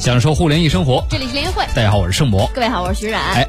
享受互联易生活。 这里是联会， 大家好，我是盛博。 各位好，我是徐冉。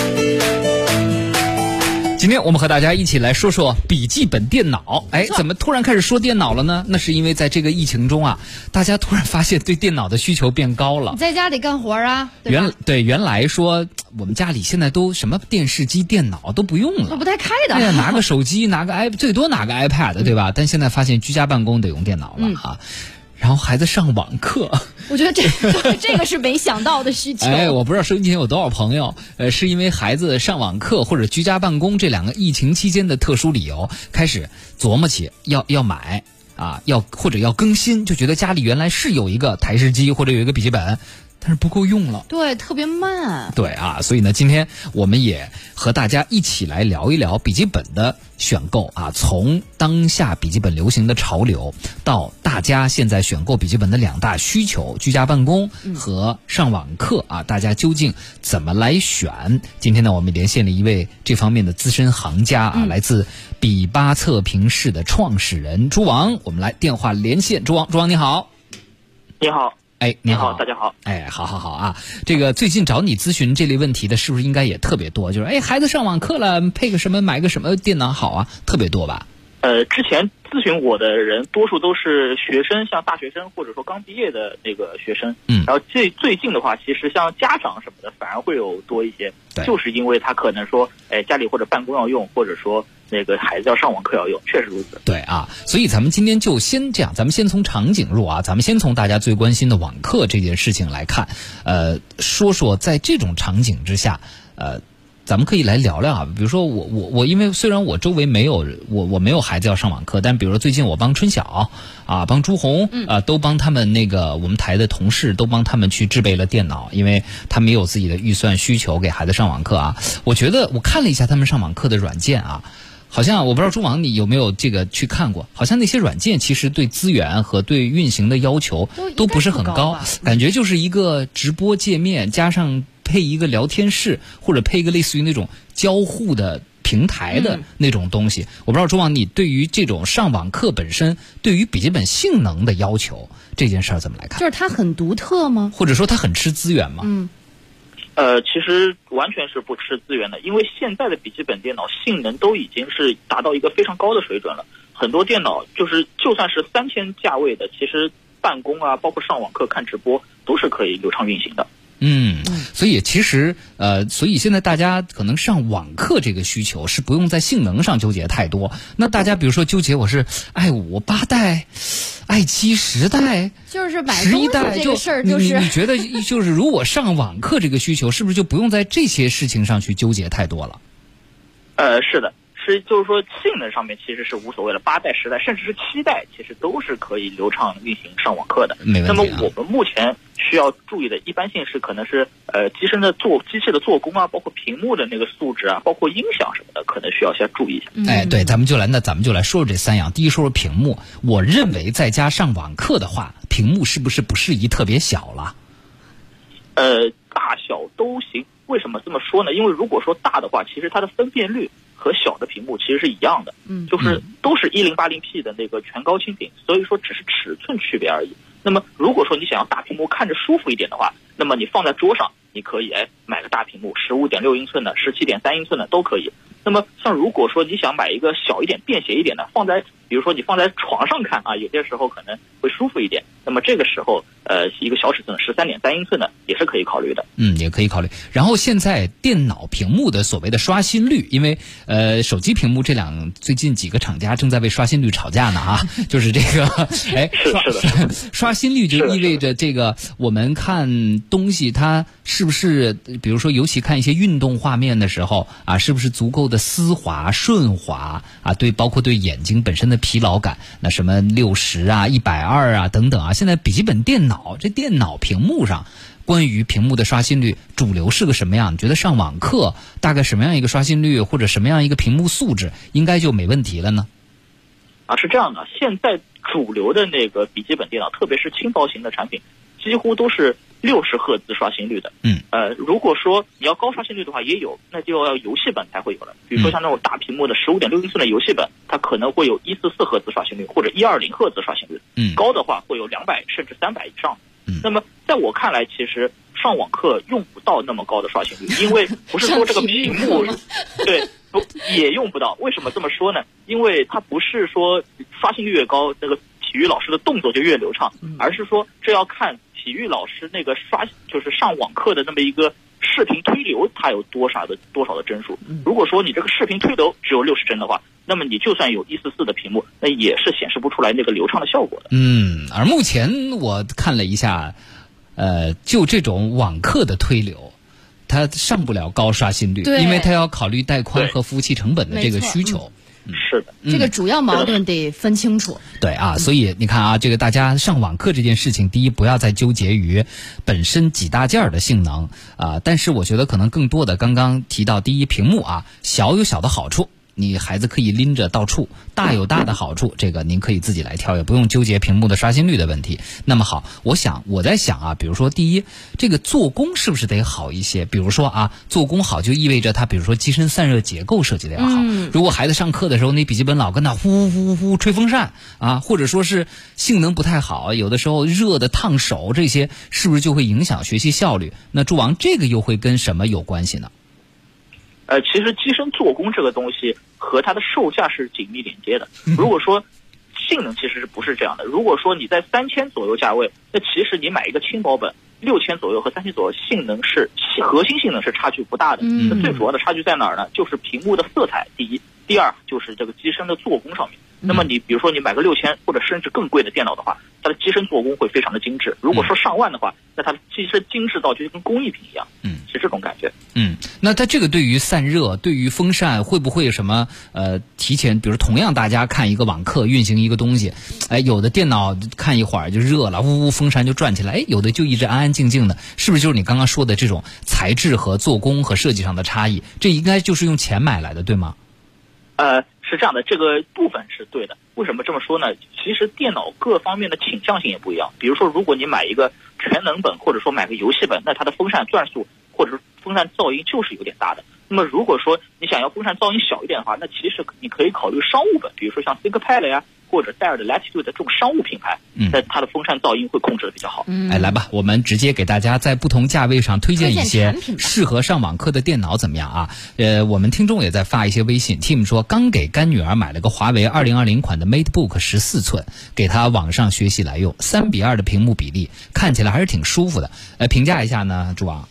今天我们和大家一起来说说笔记本电脑。怎么突然开始说电脑了呢？那是因为在这个疫情中啊，大家突然发现对电脑的需求变高了。 你在家里干活啊？ 原来说我们家里现在都什么电视机、电脑都不用了， 都不带开的。 拿个手机，最多拿个 iPad， 对吧？但现在发现居家办公得用电脑了啊。然后孩子上网课， 我觉得这个是没想到的需求。 我不知道收音机前有多少朋友，是因为孩子上网课或者居家办公这两个疫情期间的特殊理由，开始琢磨起要买啊，或者要更新，就觉得家里原来是有一个台式机或者有一个笔记本，但是不够用了， 对，特别慢。 对啊，所以呢，今天我们也和大家一起来聊一聊笔记本的选购啊，从当下笔记本流行的潮流到大家现在选购笔记本的两大需求，居家办公和上网课啊，大家究竟怎么来选？今天呢，我们连线了一位这方面的资深行家啊，来自笔吧测评室的创始人朱王，我们来电话连线朱王你好。 你好。 你好， 大家好。 好啊！这个最近找你咨询这类问题的，是不是应该也特别多？就是孩子上网课了，配个什么，买个什么电脑好啊，特别多吧？ 之前咨询我的人多数都是学生，像大学生或者说刚毕业的那个学生。然后最近的话，其实像家长什么的反而会有多一些，就是因为他可能说，家里或者办公要用，或者说那个孩子要上网课要用，确实如此。 对啊，所以咱们今天就先这样，咱们先从场景入啊，咱们先从大家最关心的网课这件事情来看，说说在这种场景之下，咱们可以来聊聊啊，比如说我因为虽然我周围没有我没有孩子要上网课，但比如说最近我帮春晓啊，帮朱红都帮他们那个我们台的同事都帮他们去制备了电脑，因为他们也有自己的预算需求给孩子上网课啊。我觉得我看了一下他们上网课的软件啊，好像我不知道朱王你有没有这个去看过，好像那些软件其实对资源和对运行的要求都不是很高，感觉就是一个直播界面加上配一个聊天室，或者配一个类似于那种交互的平台的那种东西。我不知道朱王你对于这种上网课本身对于笔记本性能的要求这件事儿怎么来看？ 就是它很独特吗？ 或者说它很吃资源吗？ 其实完全是不吃资源的，因为现在的笔记本电脑性能都已经是达到一个非常高的水准了。很多电脑就算是3000价位的，其实办公啊，包括上网课、看直播都是可以流畅运行的。 所以其实所以现在大家可能上网课这个需求是不用在性能上纠结太多。那大家比如说纠结我是i5 8代、i7 10代， 就是买东西这个事儿，就是你觉得就是如果上网课这个需求，是不是就不用在这些事情上去纠结太多了？ 是的。就是说性能上面其实是无所谓的，8代、10代，甚至是7代，其实都是可以流畅运行上网课的。 没问题。 那么我们目前需要注意的一般性是可能是机器的做工啊，包括屏幕的那个素质啊，包括音响什么的，可能需要先注意一下。 对，咱们就来说说这三样。第一，说说屏幕。我认为在家上网课的话，屏幕是不是不适宜特别小了？ 大小都行。为什么这么说呢？因为如果说大的话，其实它的分辨率和小的屏幕其实是一样的，就是都是1080p 的那个全高清屏，所以说只是尺寸区别而已。那么如果说你想要大屏幕看着舒服一点的话，那么你放在桌上，你可以买个大屏幕，15.6英寸的、17.3英寸的都可以。那么像如果说你想买一个小一点、便携一点的，比如说你放在床上看啊，有些时候可能会舒服一点。那么这个时候一个小尺寸13.3英寸的也是可以考虑的。 也可以考虑。然后现在电脑屏幕的所谓的刷新率，因为手机屏幕最近几个厂家正在为刷新率吵架呢啊，就是这个刷新率就意味着这个我们看东西它是不是比如说尤其看一些运动画面的时候啊，是不是足够的丝滑顺滑啊，包括对眼睛本身的疲劳感，那什么60啊、120啊等等啊，现在笔记本电脑电脑屏幕上关于屏幕的刷新率主流是个什么样？你觉得上网课大概什么样一个刷新率或者什么样一个屏幕素质应该就没问题了呢？ 是这样的，现在主流的那个笔记本电脑，特别是轻薄型的产品，几乎都是60赫兹刷新率的。如果说你要高刷新率的话也有，那就要游戏本才会有了。比如说像那种大屏幕的15.6英寸的游戏本，它可能会有144赫兹刷新率或者120赫兹刷新率。高的话会有200甚至300以上。 那么在我看来，其实上网课用不到那么高的刷新率，因为不是说这个屏幕对也用不到。为什么这么说呢？因为它不是说刷新率越高，那个体育老师的动作就越流畅，而是说这要看体育老师那个就是上网课的那么一个视频推流，它有多少的帧数。如果说你这个视频推流只有60帧的话，那么你就算有144的屏幕，那也是显示不出来那个流畅的效果的。 而目前我看了一下，就这种网课的推流，它上不了高刷新率，因为它要考虑带宽和服务器成本的这个需求。 是的， 这个主要矛盾得分清楚。 对啊，所以你看啊，这个大家上网课这件事情，第一不要再纠结于本身几大件的性能啊，但是我觉得可能更多的刚刚提到，第一，屏幕啊小有小的好处。你孩子可以拎着到处，大有大的好处，这个您可以自己来挑，也不用纠结屏幕的刷新率的问题。那么好，我在想啊，比如说第一，这个做工是不是得好一些？比如说啊，做工好就意味着它，比如说机身散热结构设计的要好。如果孩子上课的时候，那笔记本老跟那呼呼呼吹风扇啊，或者说是性能不太好，有的时候热的烫手，这些是不是就会影响学习效率？那朱王，这个又会跟什么有关系呢？ 其实机身做工这个东西和它的售价是紧密连接的。如果说性能其实是不是这样的，如果说你在3000左右价位，那其实你买一个轻薄本6000左右和3000左右，核心性能是差距不大的。那最主要的差距在哪儿呢？就是屏幕的色彩，第一，第二就是这个机身的做工上面。那么你比如说你买个6000或者甚至更贵的电脑的话，它的机身做工会非常的精致。如果说上万的话，那它的机身精致到就跟工艺品一样，是这种感觉。 那它这个对于散热、对于风扇会不会有什么提前？比如同样大家看一个网课运行一个东西，有的电脑看一会儿就热了，呜呜风扇就转起来，有的就一直安安静静的，是不是就是你刚刚说的这种材质和做工和设计上的差异？这应该就是用钱买来的，对吗？ 是这样的，这个部分是对的。为什么这么说呢？其实电脑各方面的倾向性也不一样。比如说，如果你买一个全能本，或者说买个游戏本，那它的风扇转速或者是风扇噪音就是有点大的。那么如果说你想要风扇噪音小一点的话，那其实你可以考虑商务本，比如说像 ThinkPad 呀，或者戴尔的 Latitude 的这种商务品牌，那它的风扇噪音会控制的比较好。 来吧，我们直接给大家在不同价位上推荐一些适合上网课的电脑，怎么样啊？我们听众也在发一些微信 ，Tim 说刚给干女儿买了个华为2020款的 MateBook 14寸，给她网上学习来用，3:2的屏幕比例，看起来还是挺舒服的。评价一下呢，朱王。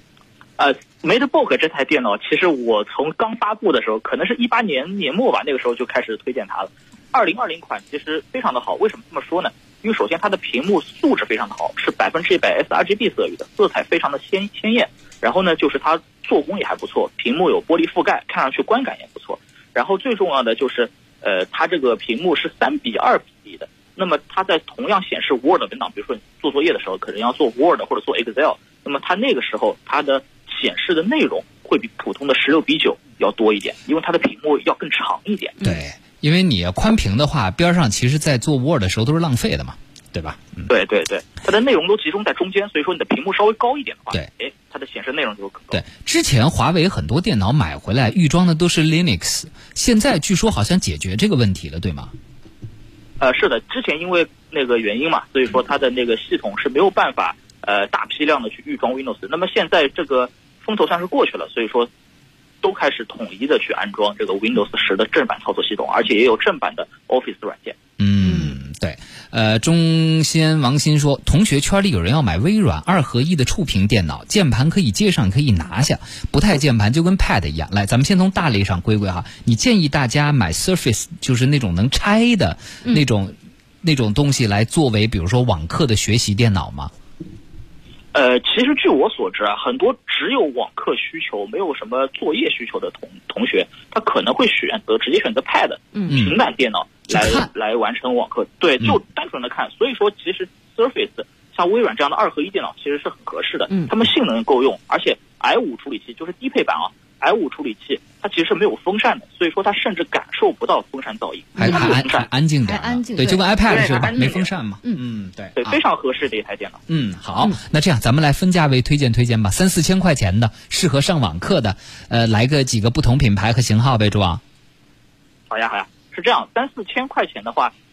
MateBook 这台电脑，其实我从刚发布的时候，可能是18年年末吧，那个时候就开始推荐它了。2020款其实非常的好，为什么这么说呢？因为首先它的屏幕素质非常的好，是100% sRGB 色域的，色彩非常的鲜艳。然后呢，就是它做工也还不错，屏幕有玻璃覆盖，看上去观感也不错。然后最重要的就是，它这个屏幕是3:2比例的。那么它在同样显示 Word 文档，比如说你做作业的时候，可能要做 Word 或者做 Excel， 那么它那个时候它的显示的内容会比普通的16:9要多一点，因为它的屏幕要更长一点。 对，因为你宽屏的话，边上其实在做 Word 的时候都是浪费的嘛，对吧？ 对，它的内容都集中在中间，所以说你的屏幕稍微高一点的话， 对， 它的显示内容就会更高。 对，之前华为很多电脑买回来预装的都是 Linux， 现在据说好像解决这个问题了，对吗？ 是的，之前因为那个原因嘛，所以说它的那个系统是没有办法大批量的去预装 Windows。那么现在这个风头算是过去了，所以说都开始统一的去安装这个 Windows 10的正版操作系统，而且也有正版的 Office 软件。 对。中先王鑫说，同学圈里有人要买微软2合1的触屏电脑，键盘可以接上可以拿下，不太键盘就跟 Pad 一样。来，咱们先从大类上归归哈，你建议大家买 Surface， 就是那种能拆的那种东西来作为比如说网课的学习电脑吗？ 其实据我所知啊，很多只有网课需求没有什么作业需求的同学，他可能会直接选择 Pad 平板电脑来完成网课。对，就单纯的看。所以说其实 Surface 像微软这样的2合1电脑其实是很合适的，它们性能够用，而且 i5 处理器就是低配版啊，i5 处理器它其实是没有风扇的，所以说它甚至感受不到风扇噪音， 还安静点，对，就跟 iPad 似的，没风扇嘛。对， 非常合适的一台电脑。 好，那这样咱们来分价位推荐吧，3-4千块钱的适合上网课的，来个几个不同品牌和型号呗，朱王。 好呀，是这样，3-4千块钱的话，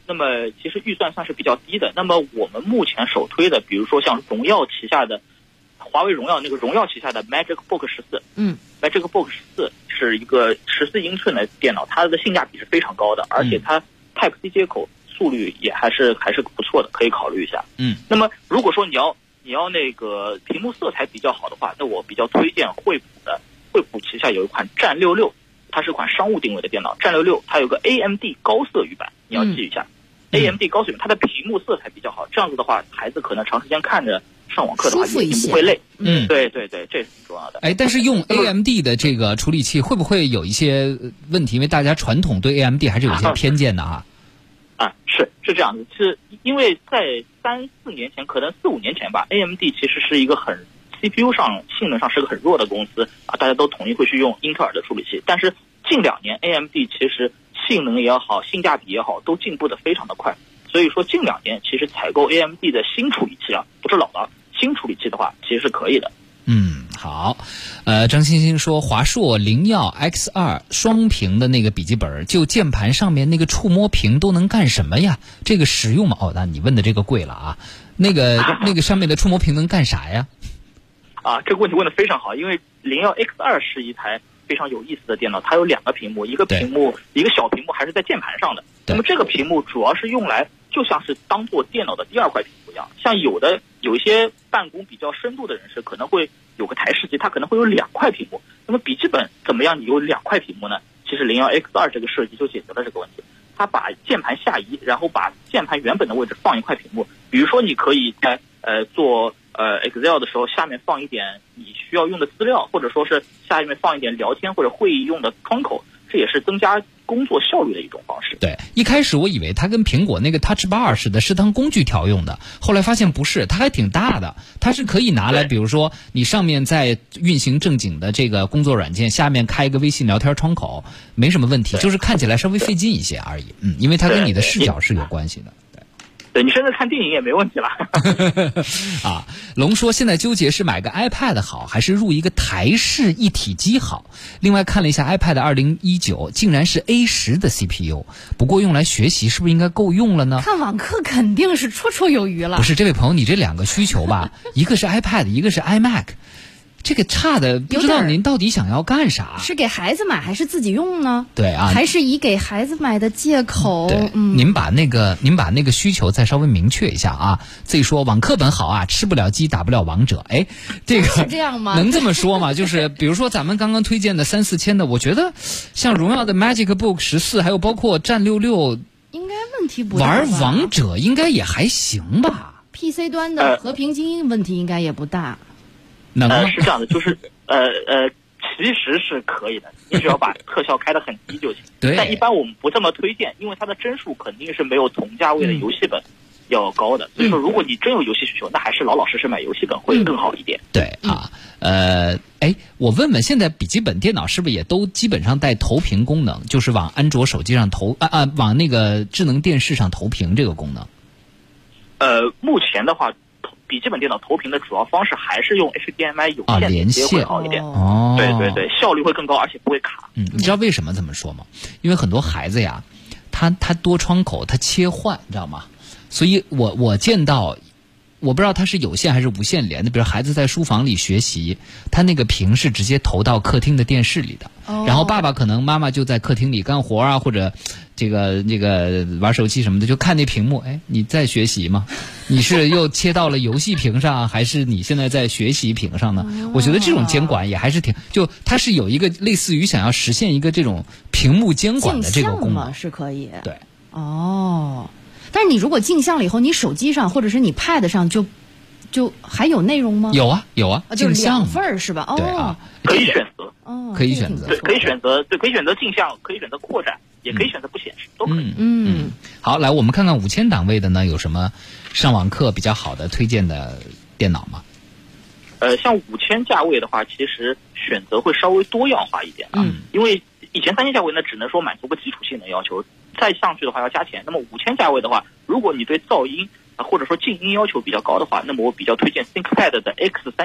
那么其实预算算是比较低的。那么我们目前首推的，比如说像荣耀旗下的华为荣耀那个荣耀旗下的 MagicBook 14，MagicBook 14是一个14英寸的电脑，它的性价比是非常高的，而且它 Type-C 接口速率也还是不错的，可以考虑一下。那么如果说你要那个屏幕色彩比较好的话，那我比较推荐惠普旗下有一款战66，它是款商务定位的电脑，战66它有个 AMD 高色域版，你要记一下。AMD 高色域，它的屏幕色彩比较好，这样子的话，孩子可能长时间看着上网课的话，眼睛不会累。对，这是挺重要的。 但是用 AMD 的这个处理器会不会有一些问题？因为大家传统对 AMD 还是有一些偏见的啊。 是这样子，是因为在3-4年前，可能4-5年前吧 ，AMD 其实是一个很 CPU 上性能上是个很弱的公司啊，大家都统一会去用英特尔的处理器。但是近2年 AMD 其实性能也好，性价比也好，都进步的非常的快。所以说近2年其实采购 AMD 的新处理器啊，不是老的新处理器的话，其实是可以的。 好，张欣欣说华硕灵耀 X2 双屏的那个笔记本，就键盘上面那个触摸屏都能干什么呀？这个实用吗？那你问的这个贵了啊。那个上面的触摸屏能干啥呀？ 这个问题问得非常好，因为灵耀 X2 是一台非常有意思的电脑，它有2个屏幕，一个屏幕一个小屏幕还是在键盘上的。那么这个屏幕主要是用来就像是当做电脑的第2块屏幕一样，像有一些办公比较深度的人士可能会有个台式机，它可能会有2块屏幕。那么笔记本怎么样你有2块屏幕呢？其实灵耀 X2 这个设计就解决了这个问题，它把键盘下移，然后把键盘原本的位置放一块屏幕。比如说你可以在做Excel 的时候，下面放一点你需要用的资料，或者说是下面放一点聊天或者会议用的窗口，这也是增加工作效率的一种方式。 对，一开始我以为它跟苹果那个 Touch Bar 似的，是当工具条用的，后来发现不是，它还挺大的，它是可以拿来，比如说你上面在运行正经的这个工作软件，下面开一个微信聊天窗口，没什么问题，就是看起来稍微费劲一些而已。因为它跟你的视角是有关系的。 对，你甚至看电影也没问题了。 龙说现在纠结是买个 iPad 好，还是入一个台式一体机好。另外看了一下 iPad 2019，竟然是 A10 的 CPU， 不过用来学习是不是应该够用了呢？ 看网课肯定是绰绰有余了。 不是，这位朋友，你这2个需求吧，一个是 iPad， 一个是 iMac。这个差的不知道您到底想要干啥？ 是给孩子买还是自己用呢？ 对啊，还是以给孩子买的借口？ 对，您把那个需求再稍微明确一下啊。自己说网课本好啊，吃不了鸡打不了王者。这个是这样吗？ 能这么说吗？就是比如说咱们刚刚推荐的3-4千的，我觉得像荣耀的 MagicBook 14，还有包括战66， 应该问题不大吧？ 玩王者应该也还行吧。 PC 端的和平精英问题应该也不大。 是这样的，就是其实是可以的，你只要把特效开得很低就行。 对。 但一般我们不这么推荐，因为它的帧数肯定是没有同价位的游戏本要高的。所以说，如果你真有游戏需求，那还是老老实实买游戏本会更好一点。 对啊，我问问，现在笔记本电脑是不是也都基本上带投屏功能，就是往安卓手机上往那个智能电视上投屏这个功能？ 目前的话，笔记本电脑投屏的主要方式还是用 HDMI 有线连接会好一点。对，效率会更高，而且不会卡。 你知道为什么这么说吗？因为很多孩子呀，他多窗口，他切换，你知道吗？所以我见到，我不知道它是有线还是无线连的，比如孩子在书房里学习，他那个屏是直接投到客厅的电视里的，然后爸爸可能妈妈就在客厅里干活啊，或者这个玩手机什么的，就看那屏幕，你在学习吗？你是又切到了游戏屏上，还是你现在在学习屏上呢？我觉得这种监管也还是它是有一个类似于想要实现一个这种屏幕监管的这个功能， 是可以。 对。 但是你如果镜像了以后，你手机上或者是你 Pad 上就还有内容吗？ 有啊， 就是2份是吧？ 对啊， 可以选择。 可以选择。 对，可以选择镜像，可以选择扩展，也可以选择不显示，都可以。 好，来我们看看5000档位的呢，有什么上网课比较好的推荐的电脑吗？ 像5000价位的话，其实选择会稍微多样化一点因为以前3000价位呢，只能说满足个基础性能要求，再上去的话要加钱。那么5000价位的话，如果你对噪音或者说静音要求比较高的话，那么我比较推荐 ThinkPad 的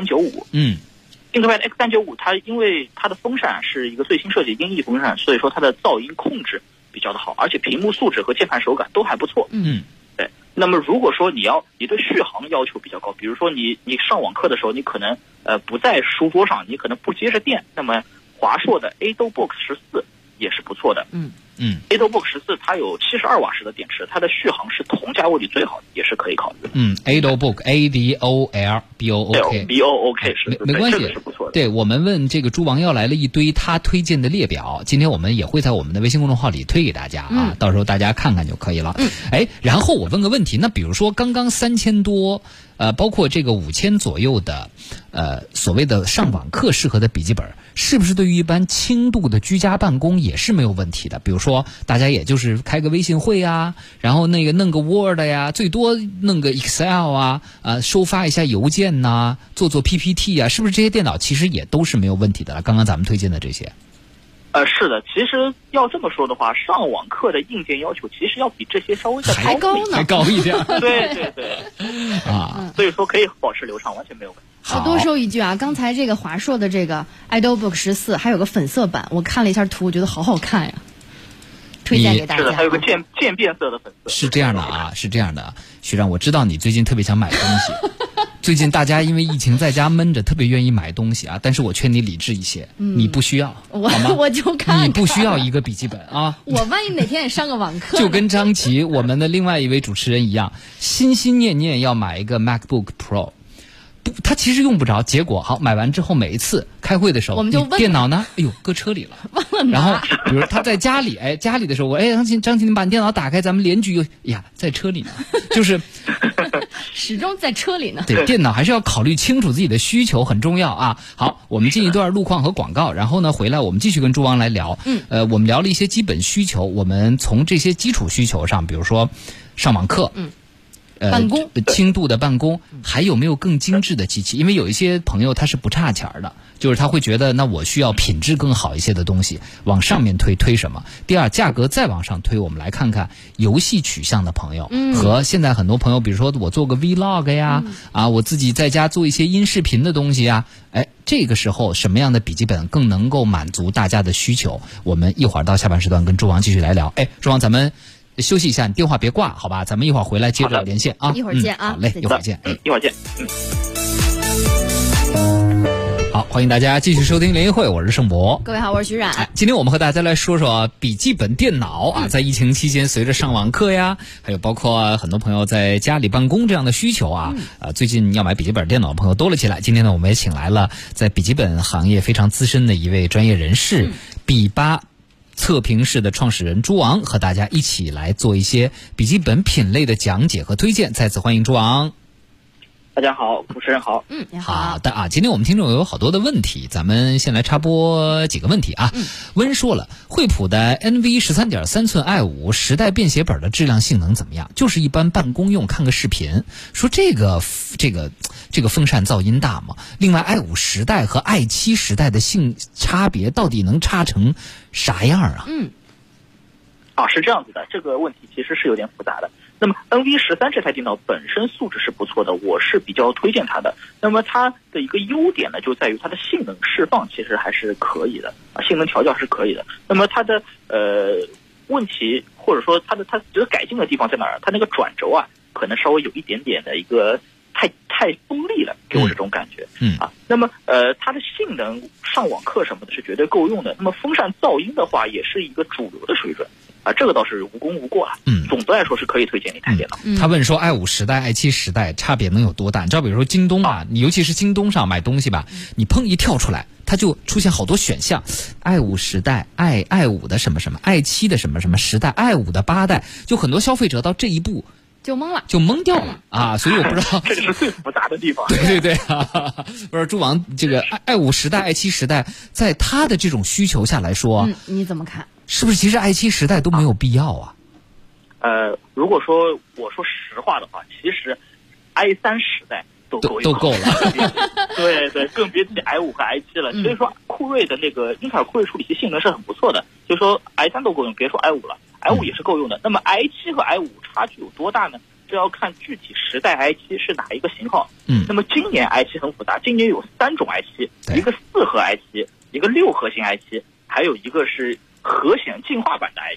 X395。ThinkPad X395 它因为它的风扇是一个最新设计音译风扇，所以说它的噪音控制比比较的好，而且屏幕素质和键盘手感都还不错。对。那么如果说你对续航要求比较高，比如说你上网课的时候，你可能不在书桌上，你可能不接着电，那么华硕的 AdoBook 14也是不错的。AdoBook 14它有72瓦时的电池，它的续航是同价位里最好的，也是可以考虑。 AdoBook ADOLBOOK 是没关系， 这个是不错的。 对，我们问这个朱王要来了一堆他推荐的列表，今天我们也会在我们的微信公众号里推给大家啊，到时候大家看看就可以了。然后我问个问题，那比如说刚刚3000多，包括这个5000左右的，所谓的上网课适合的笔记本，是不是对于一般轻度的居家办公也是没有问题的？比如说大家也就是开个微信会啊，然后那个弄个 Word 呀，最多弄个 Excel 啊，收发一下邮件呐，做 PPT 啊，是不是这些电脑其实也都是没有问题的了？刚刚咱们推荐的这些。 是的，其实要这么说的话，上网课的硬件要求其实要比这些稍微还高呢， 还高一点。 对所以说可以保持流畅，完全没有问题。 我多说一句啊，刚才这个华硕的这个 AdoBook 14还有个粉色版，我看了一下图，我觉得好好看呀，推荐给大家。 是的，还有个渐变色的粉色。 是这样的啊，学长，我知道你最近特别想买东西。最近大家因为疫情在家闷着，特别愿意买东西啊。但是我劝你理智一些，你不需要，好吗？ 我就看你不需要一个笔记本啊。 我万一哪天也上个网课， 就跟张琪我们的另外一位主持人一样，心心念念要买一个 MacBook Pro。他其实用不着，结果好买完之后，每一次开会的时候， 我们就问电脑呢，哎呦，搁车里了。然后比如他在家里，家里的时候，我张琪，你把你电脑打开，咱们联局呀，在车里呢，就是始终在车里呢。 对，电脑还是要考虑清楚自己的需求，很重要啊。好，我们进一段路况和广告，然后呢回来我们继续跟朱王来聊。我们聊了一些基本需求，我们从这些基础需求上，比如说上网课。 办公轻度的办公，还有没有更精致的机器？因为有一些朋友他是不差钱的，就是他会觉得那我需要品质更好一些的东西，往上面推什么？第二，价格再往上推，我们来看看游戏取向的朋友和现在很多朋友，比如说我做个 Vlog 呀，我自己在家做一些音视频的东西呀，这个时候什么样的笔记本更能够满足大家的需求？我们一会儿到下半时段跟朱王继续来聊。朱王，咱们休息一下，你电话别挂，好吧？咱们一会儿回来接着连线啊！ 一会儿见啊！ 好嘞，一会儿见， 一会儿见。 好，欢迎大家继续收听联谊会，我是盛博。 各位好，我是徐冉。 今天我们和大家来说说笔记本电脑啊，在疫情期间，随着上网课呀，还有包括很多朋友在家里办公这样的需求啊，最近要买笔记本电脑的朋友多了起来。今天呢，我们也请来了在笔记本行业非常资深的一位专业人士，笔八测评室的创始人朱王，和大家一起来做一些笔记本品类的讲解和推荐。再次欢迎朱王。 大家好，主持人好。 好的啊，今天我们听众有好多的问题，咱们先来插播几个问题啊。温说了，惠普的 NV13.3寸 i5 时代便携本的质量性能怎么样？就是一般办公用，看个视频。说这个风扇噪音大吗？另外 i5 时代和 i7 时代的差别到底能差成啥样啊？ 是这样子的，这个问题其实是有点复杂的。那么 NV13 这台电脑本身素质是不错的，我是比较推荐它的。那么它的一个优点呢，就在于它的性能释放其实还是可以的性能调教是可以的。那么它的问题或者说它值得改进的地方在哪儿？它那个转轴可能稍微有一点点的一个太锋利了，给我这种感觉。那么它的性能上网课什么的是绝对够用的。那么风扇噪音的话，也是一个主流的水准。这个倒是无功无过了。总的来说是可以推荐一台电脑。 他问说 i5 时代 i7 时代差别能有多大？你知道比如说京东你尤其是京东上买东西吧，你砰一跳出来，它就出现好多选项 ，i5 时代 i5 的什么什么 i7 的什么什么时代 i5 的8代，就很多消费者到这一步就懵了， 就懵掉了所以我不知道这个是最复杂的地方。 对不知道朱王这个 i5 时代 i7 时代在他的这种需求下来说， 你怎么看？ 是不是其实 i7 时代都没有必要啊？ 如果说我说实话的话，其实 i3 时代都够了。 对，更别提 i5 和 i7 了。所以说酷睿的那个英特尔酷睿处理器性能是很不错的，就说 i3 都够用，别说 i5 了，i5 也是够用的。那么 i7 和 i5 差距有多大呢？这要看具体时代 i7 是哪一个型号。那么今年 i7 很复杂，今年有3种 i7，一个4核 i7，一个6核型 i7，还有一个是核显进化版的 i7。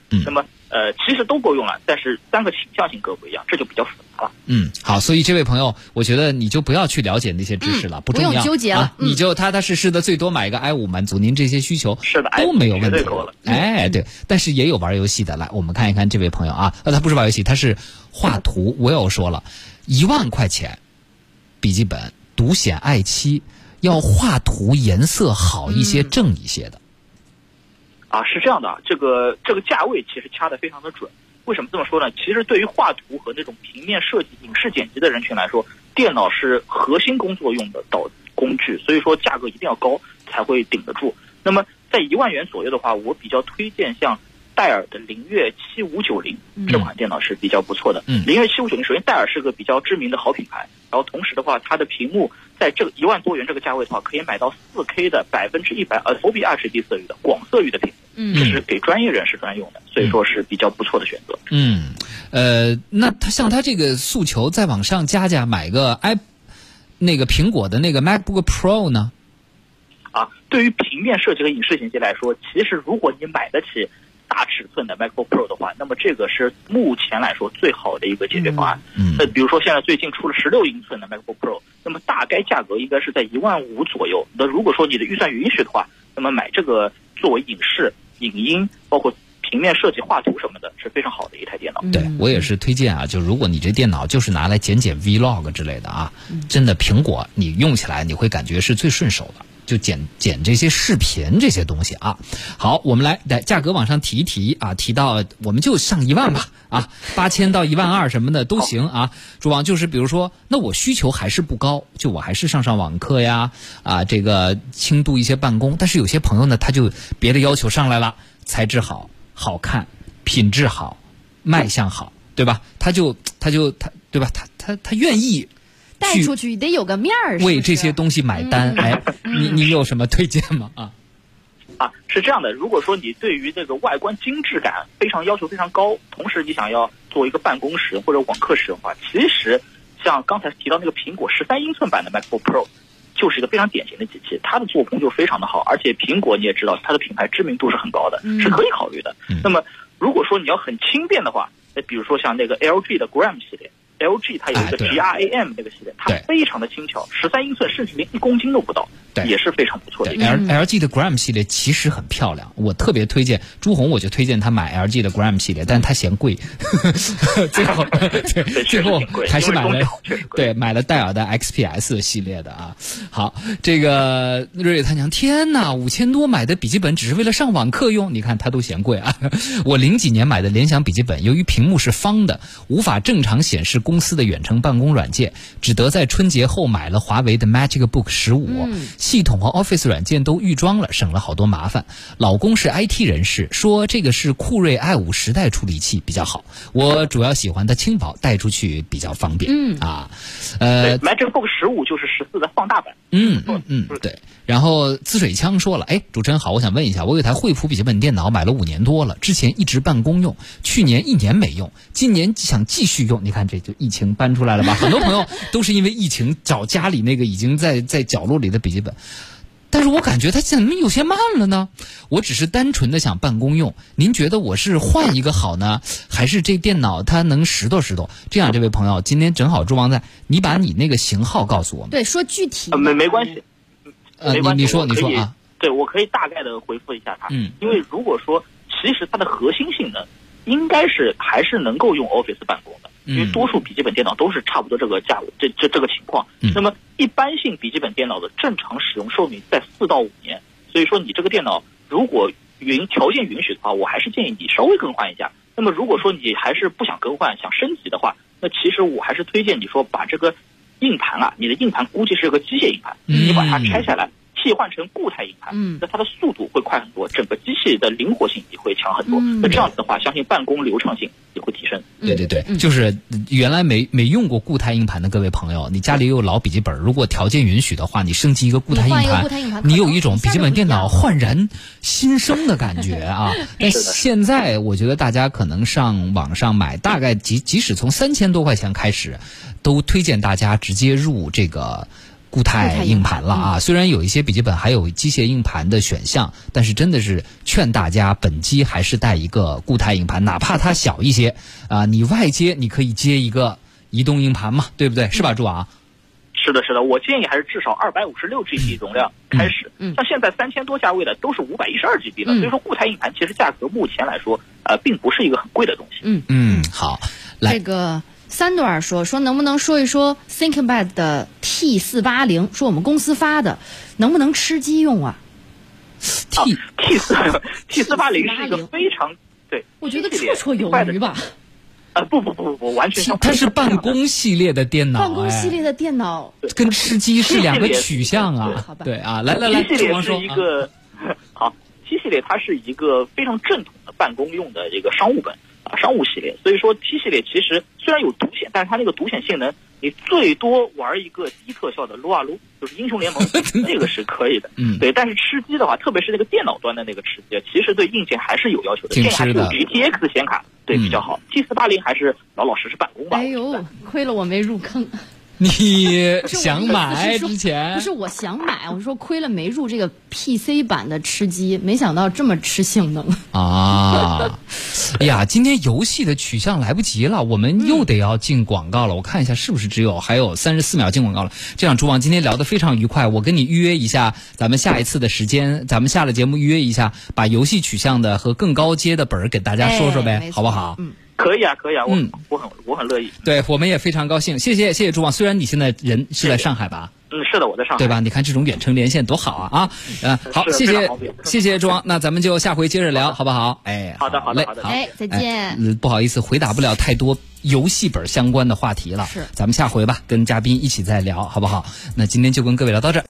那么其实都够用了，但是3个倾向性各不一样，这就比较复杂了。 好，所以这位朋友，我觉得你就不要去了解那些知识了，不重要， 不用纠结了， 你就踏踏实实的，最多买一个 i5 满足您这些需求， 是的， 都没有问题了。 对，但是也有玩游戏的，来，我们看一看这位朋友啊，他不是玩游戏，他是画图。我有说了，1万块钱笔记本独显 i7，要画图颜色好一些，正一些的。 是这样的，这个价位其实掐得非常的准。为什么这么说呢？其实对于画图和那种平面设计、影视剪辑的人群来说，电脑是核心工作用的工具，所以说价格一定要高才会顶得住。那么在1万元左右的话，我比较推荐像戴尔的灵越7590这款电脑是比较不错的。灵越7590，首先戴尔是个比较知名的好品牌，然后同时的话，它的屏幕在这个1万多元这个价位的话，可以买到4K 的100%Adobe RGB 色域的广色域的屏幕，这是给专业人士专用的，所以说是比较不错的选择。 那像他这个诉求再往上加，买个那个苹果的那个 MacBook Pro 呢？ 对于平面设计和影视剪辑来说，其实如果你买得起大尺寸的 MacBook Pro 的话，那么这个是目前来说最好的一个解决方案。比如说现在最近出了16英寸的 MacBook Pro， 那么大概价格应该是在15000左右。那如果说你的预算允许的话，那么买这个作为影视、影音，包括平面设计、画图什么的，是非常好的一台电脑。 对，我也是推荐就如果你这电脑就是拿来剪 Vlog 之类的真的苹果你用起来你会感觉是最顺手的。就剪这些视频这些东西好，我们来价格往上提一提提到我们就上1万吧8000到12000什么的都行主网就是比如说，那我需求还是不高，就我还是上网课呀这个轻度一些办公，但是有些朋友呢，他就别的要求上来了，材质好、好看、品质好、卖相好，对吧？他对吧？他愿意。 带出去得有个面儿， 为这些东西买单。你有什么推荐吗？ 是这样的，如果说你对于这个外观精致感要求非常高，同时你想要做一个办公室或者网课使用的话，其实像刚才提到那个苹果13英寸版的 MacBook Pro 就是一个非常典型的机器，它的做工就非常的好，而且苹果你也知道它的品牌知名度是很高的，是可以考虑的。那么如果说你要很轻便的话，比如说像那个 LG 的 Gram 系列，LG 它有一个 GRAM 那个系列，它非常的轻巧，13英寸甚至连1公斤都不到，也是非常不错的。 LG 的 Gram 系列其实很漂亮，我特别推荐朱红，我就推荐他买 LG 的 Gram 系列，但是他嫌贵，最后还是买了戴尔的 XPS 系列的好，这个瑞瑞他娘，天哪，5000多买的笔记本只是为了上网课用，你看他都嫌贵我00几年买的联想笔记本，由于屏幕是方的，无法正常显示公司的远程办公软件，只得在春节后买了华为的 MagicBook 15，系统和 Office 软件都预装了，省了好多麻烦。老公是 IT 人士，说这个是酷睿 i5时代处理器比较好，我主要喜欢它轻薄，带出去比较方便 MagicBook 15就是14的放大版。 对。然后滋水枪说了，主持人好，我想问一下，我有台惠普笔记本电脑买了5年多了，之前一直办公用，去年1年没用，今年想继续用，你看这就疫情搬出来了吧？很多朋友都是因为疫情找家里那个已经在角落里的笔记本，但是我感觉它怎么有些慢了呢？我只是单纯的想办公用，您觉得我是换一个好呢，还是这电脑它能拾掇？这样，这位朋友，今天正好朱王在，你把你那个型号告诉我们。 对，说具体。 没关系。 你说对，我可以大概的回复一下它。因为如果说其实它的核心性能应该是还是能够用 Office 办公的，因为多数笔记本电脑都是差不多这个价位，这个情况。那么一般性笔记本电脑的正常使用寿命在4到5年，所以说你这个电脑如果条件允许的话，我还是建议你稍微更换一下。那么如果说你还是不想更换，想升级的话，那其实我还是推荐你说把这个硬盘你的硬盘估计是个机械硬盘，你把它拆下来替换成固态硬盘，那它的速度会快很多，整个机器的灵活性也会强很多。那这样子的话，相信办公流畅性也会提升。 对，就是原来没用过固态硬盘的各位朋友，你家里有老笔记本，如果条件允许的话，你升级一个固态硬盘，你有一种笔记本电脑焕然新生的感觉但现在我觉得大家可能上网上买，大概即使从3000多块钱开始，都推荐大家直接入这个固态硬盘了啊。虽然有一些笔记本还有机械硬盘的选项，但是真的是劝大家本机还是带一个固态硬盘，哪怕它小一些啊，你外接你可以接一个移动硬盘嘛，对不对？是吧，朱王？ 是的，是的，我建议还是至少256GB 容量开始。像现在3000多价位的都是512GB 了，所以说固态硬盘其实价格目前来说，并不是一个很贵的东西。 好，来这个三段说能不能说一说 ThinkPad 的 T480，说我们公司发的，能不能吃鸡用啊 ？T480是一个非常对， 我觉得绰绰有余吧。 不，完全它是办公系列的电脑， 办公系列的电脑跟吃鸡是两个取向啊。对啊，来， T 系列是一个好 ，T 系列它是一个非常正统的办公用的这个商务本啊，商务系列。所以说 T 系列其实虽然有独显，但是它那个独显性能，你最多玩一个低特效的撸啊撸，就是英雄联盟，那个是可以的。对，但是吃鸡的话，特别是那个电脑端的那个吃鸡，其实对硬件还是有要求的，建议还是有 GTX 显卡。对，比较好。T480还是老老实实办公吧。 哎呦，亏了我没入坑。 你想买之前？ 不是我想买，我说亏了没入这个 PC 版的吃鸡，没想到这么吃性能啊！哎呀，今天游戏的取向来不及了，我们又得要进广告了。我看一下是不是还有34秒进广告了。这样，朱王今天聊得非常愉快，我跟你预约一下，咱们下一次的时间，咱们下了节目预约一下，把游戏取向的和更高阶的本儿给大家说说呗，好不好？ 可以啊，我很乐意。 对，我们也非常高兴，谢谢朱王。虽然你现在人是在上海吧？ 是的，我在上海， 对吧？你看这种远程连线多好啊！好，谢谢朱王，那咱们就下回接着聊，好不好？哎， 好的， 好， 再见。 不好意思，回答不了太多游戏本相关的话题了， 是， 咱们下回吧，跟嘉宾一起再聊，好不好？那今天就跟各位聊到这儿。